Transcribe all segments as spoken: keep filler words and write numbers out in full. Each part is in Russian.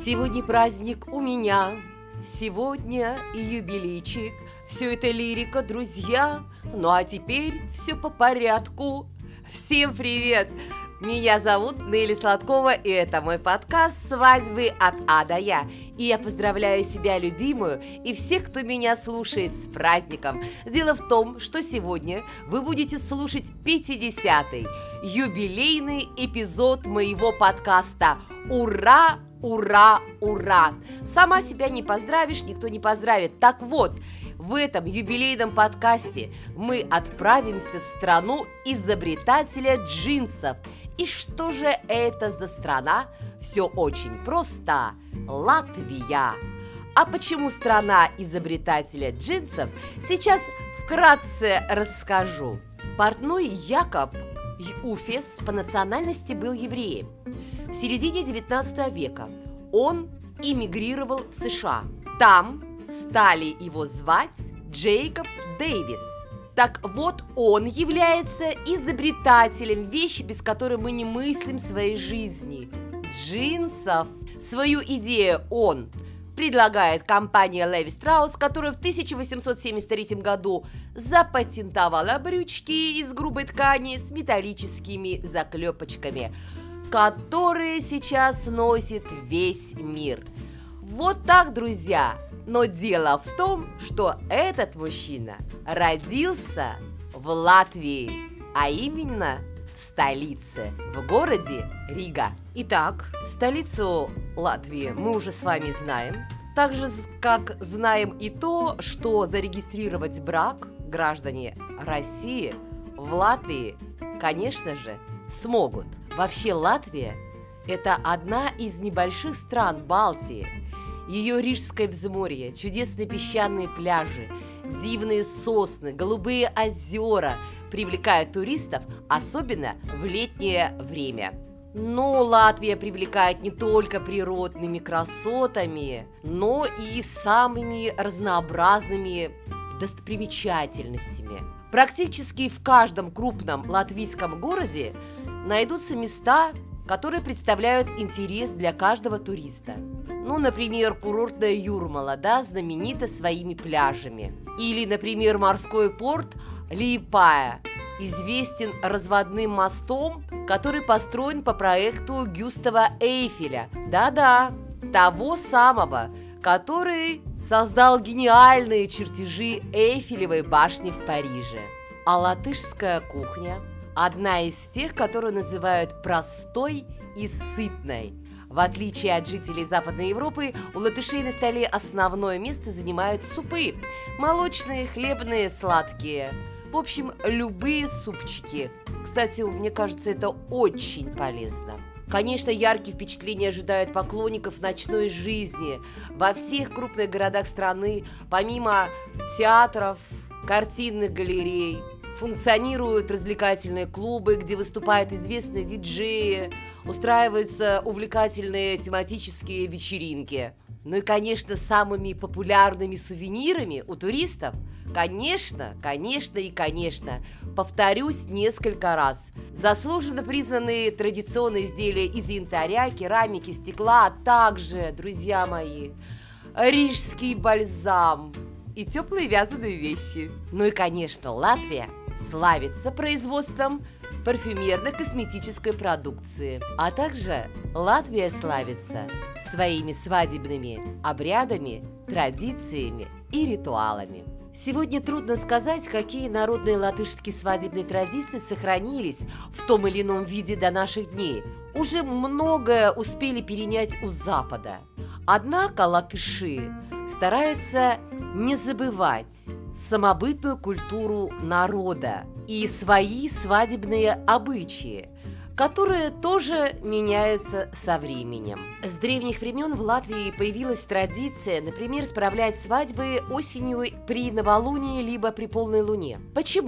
Сегодня праздник у меня, сегодня и юбилейчик. Все это лирика, друзья. Ну а теперь все по порядку. Всем привет! Меня зовут Нелли Сладкова, и это мой подкаст «Свадьбы от А до Я». И я поздравляю себя, любимую, и всех, кто меня слушает, с праздником. Дело в том, что сегодня вы будете слушать пятидесятый юбилейный эпизод моего подкаста. Ура! Ура! Ура! Сама себя не поздравишь, никто не поздравит. Так вот, в этом юбилейном подкасте мы отправимся в страну изобретателя джинсов. И что же это за страна? Все очень просто. Латвия. А почему страна изобретателя джинсов, сейчас вкратце расскажу. Портной Якоб Уфес по национальности был евреем. В середине девятнадцатого века он эмигрировал в США. Там стали его звать Джейкоб Дэвис. Так вот, он является изобретателем вещи, без которой мы не мыслим своей жизни – джинсов. Свою идею он предлагает компании Levi Strauss, которая в тысяча восемьсот семьдесят третьем году запатентовала брючки из грубой ткани с металлическими заклепочками, которые сейчас носит весь мир. Вот так, друзья. Но дело в том, что этот мужчина родился в Латвии, а именно в столице, в городе Рига. Итак, столицу Латвии мы уже с вами знаем, так же, как знаем и то, что зарегистрировать брак граждане России в Латвии, конечно же, смогут. Вообще Латвия – это одна из небольших стран Балтии. Ее Рижское взморье, чудесные песчаные пляжи, дивные сосны, голубые озера привлекают туристов, особенно в летнее время. Но Латвия привлекает не только природными красотами, но и самыми разнообразными достопримечательностями. Практически в каждом крупном латвийском городе найдутся места, которые представляют интерес для каждого туриста. Ну, например, курортная Юрмала, да, знаменита своими пляжами. Или, например, морской порт Лиепая известен разводным мостом, который построен по проекту Гюстава Эйфеля. Да-да, того самого, который создал гениальные чертежи Эйфелевой башни в Париже. А латышская кухня – одна из тех, которую называют простой и сытной. В отличие от жителей Западной Европы, у латышей на столе основное место занимают супы. Молочные, хлебные, сладкие. В общем, любые супчики. Кстати, мне кажется, это очень полезно. Конечно, яркие впечатления ожидают поклонников ночной жизни. Во всех крупных городах страны, помимо театров, картинных галерей, функционируют развлекательные клубы, где выступают известные диджеи, устраиваются увлекательные тематические вечеринки. Ну и, конечно, самыми популярными сувенирами у туристов, конечно, конечно и конечно, повторюсь несколько раз, заслуженно признанные традиционные изделия из янтаря, керамики, стекла, а также, друзья мои, рижский бальзам и теплые вязаные вещи. Ну и, конечно, Латвия славится производством парфюмерно-косметической продукции. А также Латвия славится своими свадебными обрядами, традициями и ритуалами. Сегодня трудно сказать, какие народные латышские свадебные традиции сохранились в том или ином виде до наших дней. Уже многое успели перенять у Запада. Однако латыши стараются не забывать самобытную культуру народа и свои свадебные обычаи, которые тоже меняются со временем. С древних времен в Латвии появилась традиция, например, справлять свадьбы осенью при новолунии либо при полной луне. Почему?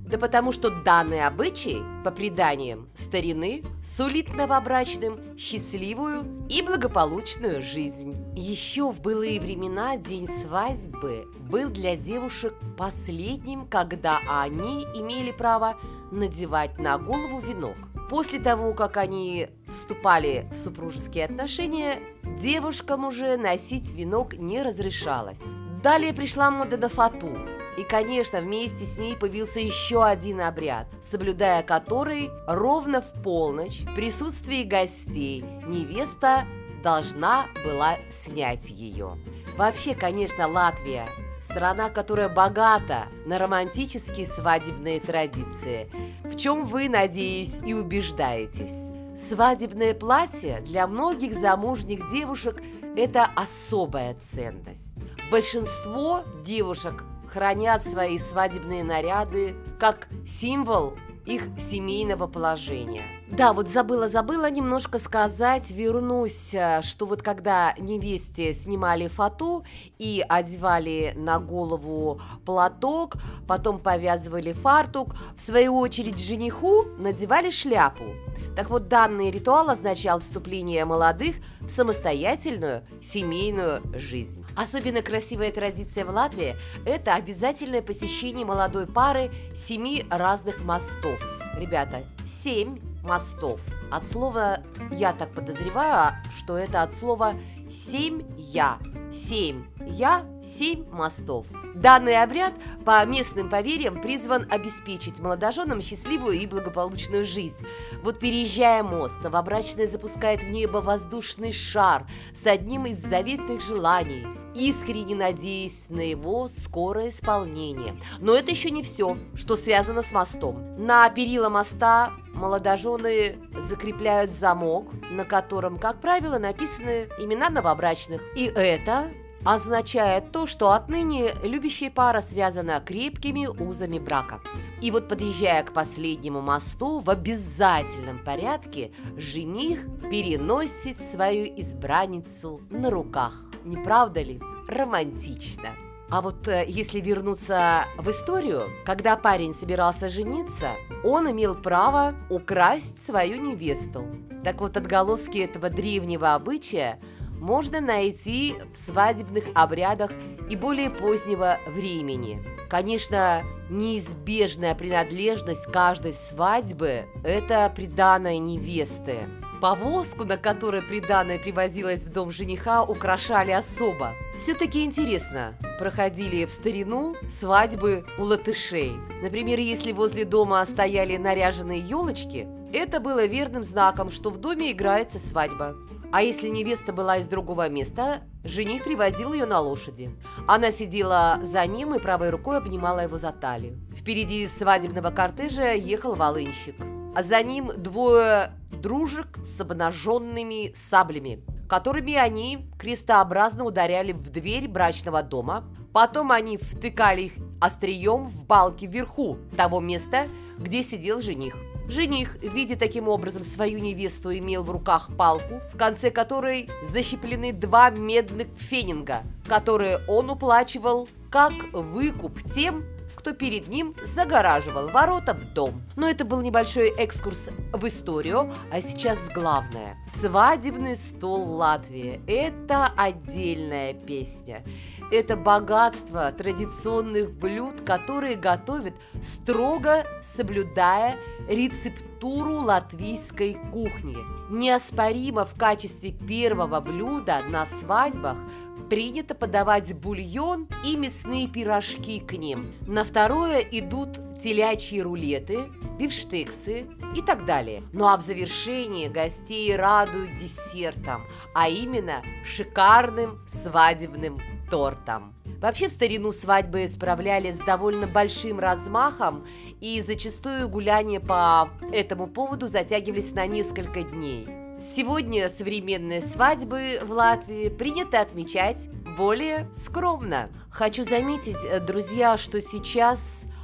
Да потому что данный обычай, по преданиям старины, сулит новобрачным счастливую и благополучную жизнь. Еще в былые времена день свадьбы был для девушек последним, когда они имели право надевать на голову венок. После того, как они вступали в супружеские отношения, девушкам уже носить венок не разрешалось. Далее пришла мода на фату. И, конечно, вместе с ней появился еще один обряд, соблюдая который ровно в полночь в присутствии гостей невеста должна была снять ее. Вообще, конечно, Латвия – страна, которая богата на романтические свадебные традиции, в чем вы, надеюсь, и убеждаетесь. Свадебное платье для многих замужних девушек – это особая ценность. Большинство девушек хранят свои свадебные наряды как символ их семейного положения. Да, вот забыла-забыла немножко сказать, вернусь, что вот когда невесте снимали фату и одевали на голову платок, потом повязывали фартук, в свою очередь жениху надевали шляпу. Так вот, данный ритуал означал вступление молодых в самостоятельную семейную жизнь. Особенно красивая традиция в Латвии – это обязательное посещение молодой пары семи разных мостов. Ребята, семь мостов. От слова, я так подозреваю, что это от слова «семь-я». Семь я, семь мостов. Данный обряд, по местным поверьям, призван обеспечить молодоженам счастливую и благополучную жизнь. Вот переезжая мост, новобрачная запускает в небо воздушный шар с одним из заветных желаний, искренне надеясь на его скорое исполнение. Но это еще не все, что связано с мостом. На перила моста молодожены закрепляют замок, на котором, как правило, написаны имена новобрачных. И это означает то, что отныне любящая пара связана крепкими узами брака. И вот, подъезжая к последнему мосту, в обязательном порядке жених переносит свою избранницу на руках. Не правда ли? Романтично. А вот э, если вернуться в историю, когда парень собирался жениться, он имел право украсть свою невесту. Так вот, отголоски этого древнего обычая можно найти в свадебных обрядах и более позднего времени. Конечно, неизбежная принадлежность каждой свадьбы – это приданое невесты. Повозку, на которой приданое привозилось в дом жениха, украшали особо. Все-таки интересно, проходили в старину свадьбы у латышей. Например, если возле дома стояли наряженные елочки, это было верным знаком, что в доме играется свадьба. А если невеста была из другого места, жених привозил ее на лошади. Она сидела за ним и правой рукой обнимала его за талию. Впереди свадебного кортежа ехал волынщик, а за ним двое дружек с обнаженными саблями, которыми они крестообразно ударяли в дверь брачного дома. Потом они втыкали их острием в балки вверху того места, где сидел жених. Жених, видя таким образом свою невесту, имел в руках палку, в конце которой защеплены два медных пфенинга, которые он уплачивал как выкуп тем, кто перед ним загораживал ворота в дом. Но это был небольшой экскурс в историю, а сейчас главное. Свадебный стол Латвии – это отдельная песня. Это богатство традиционных блюд, которые готовят, строго соблюдая рецептуру латвийской кухни. Неоспоримо в качестве первого блюда на свадьбах принято подавать бульон и мясные пирожки к ним. На второе идут телячьи рулеты, бифштексы и так далее. Ну а в завершении гостей радуют десертом, а именно шикарным свадебным тортом. Вообще в старину свадьбы справляли с довольно большим размахом, и зачастую гуляния по этому поводу затягивались на несколько дней. Сегодня современные свадьбы в Латвии принято отмечать более скромно. Хочу заметить, друзья, что сейчас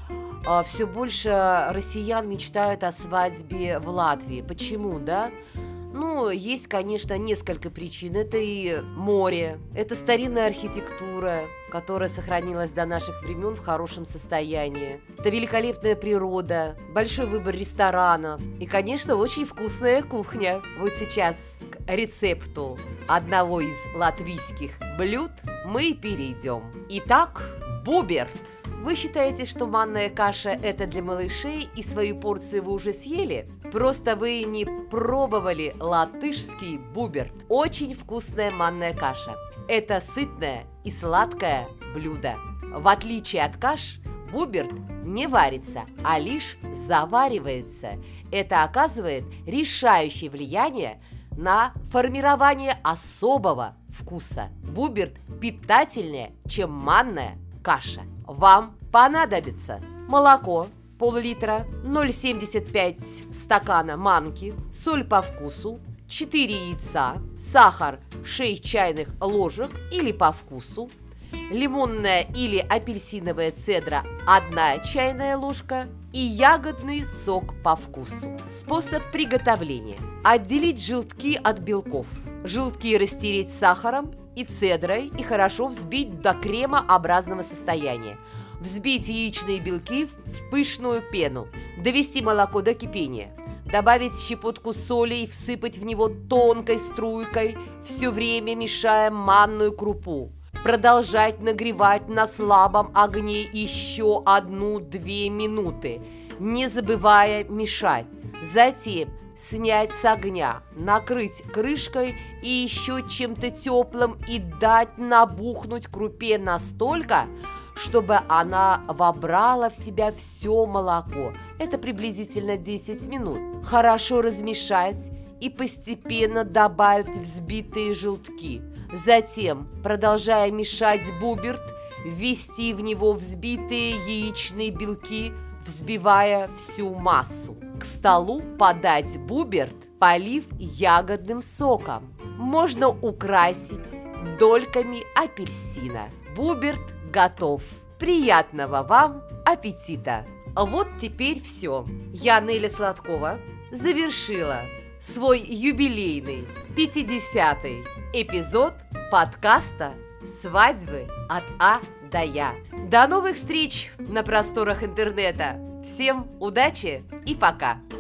э, все больше россиян мечтают о свадьбе в Латвии. Почему, да? Ну, есть, конечно, несколько причин. Это и море, это старинная архитектура, которая сохранилась до наших времен в хорошем состоянии. Это великолепная природа, большой выбор ресторанов и, конечно, очень вкусная кухня. Вот сейчас к рецепту одного из латвийских блюд мы перейдем. Итак, буберт. Вы считаете, что манная каша – это для малышей, и свою порцию вы уже съели? Просто вы не пробовали латышский буберт. Очень вкусная манная каша. Это сытное и сладкое блюдо. В отличие от каш, буберт не варится, а лишь заваривается. Это оказывает решающее влияние на формирование особого вкуса. Буберт питательнее, чем манная каша. Вам понадобится молоко пол-литра, ноль целых семьдесят пять стакана манки, соль по вкусу, четыре яйца, сахар шесть чайных ложек или по вкусу, лимонная или апельсиновая цедра одна чайная ложка и ягодный сок по вкусу. Способ приготовления. Отделить желтки от белков. Желтки растереть сахаром и цедрой и хорошо взбить до кремообразного состояния. Взбить яичные белки в пышную пену. Довести молоко до кипения. Добавить щепотку соли и всыпать в него тонкой струйкой, все время мешая манную крупу. Продолжать нагревать на слабом огне еще одну-две минуты, не забывая мешать. Затем снять с огня, накрыть крышкой и еще чем-то теплым и дать набухнуть крупе настолько, чтобы она вобрала в себя все молоко. Это приблизительно десять минут. Хорошо размешать и постепенно добавить взбитые желтки. Затем, продолжая мешать буберт, ввести в него взбитые яичные белки, взбивая всю массу. К столу подать буберт, полив ягодным соком. Можно украсить дольками апельсина. Буберт готов. Приятного вам аппетита! Вот теперь все. Я, Неля Сладкова, завершила свой юбилейный пятидесятый эпизод подкаста «Свадьбы от А до Я». До новых встреч на просторах интернета. Всем удачи и пока!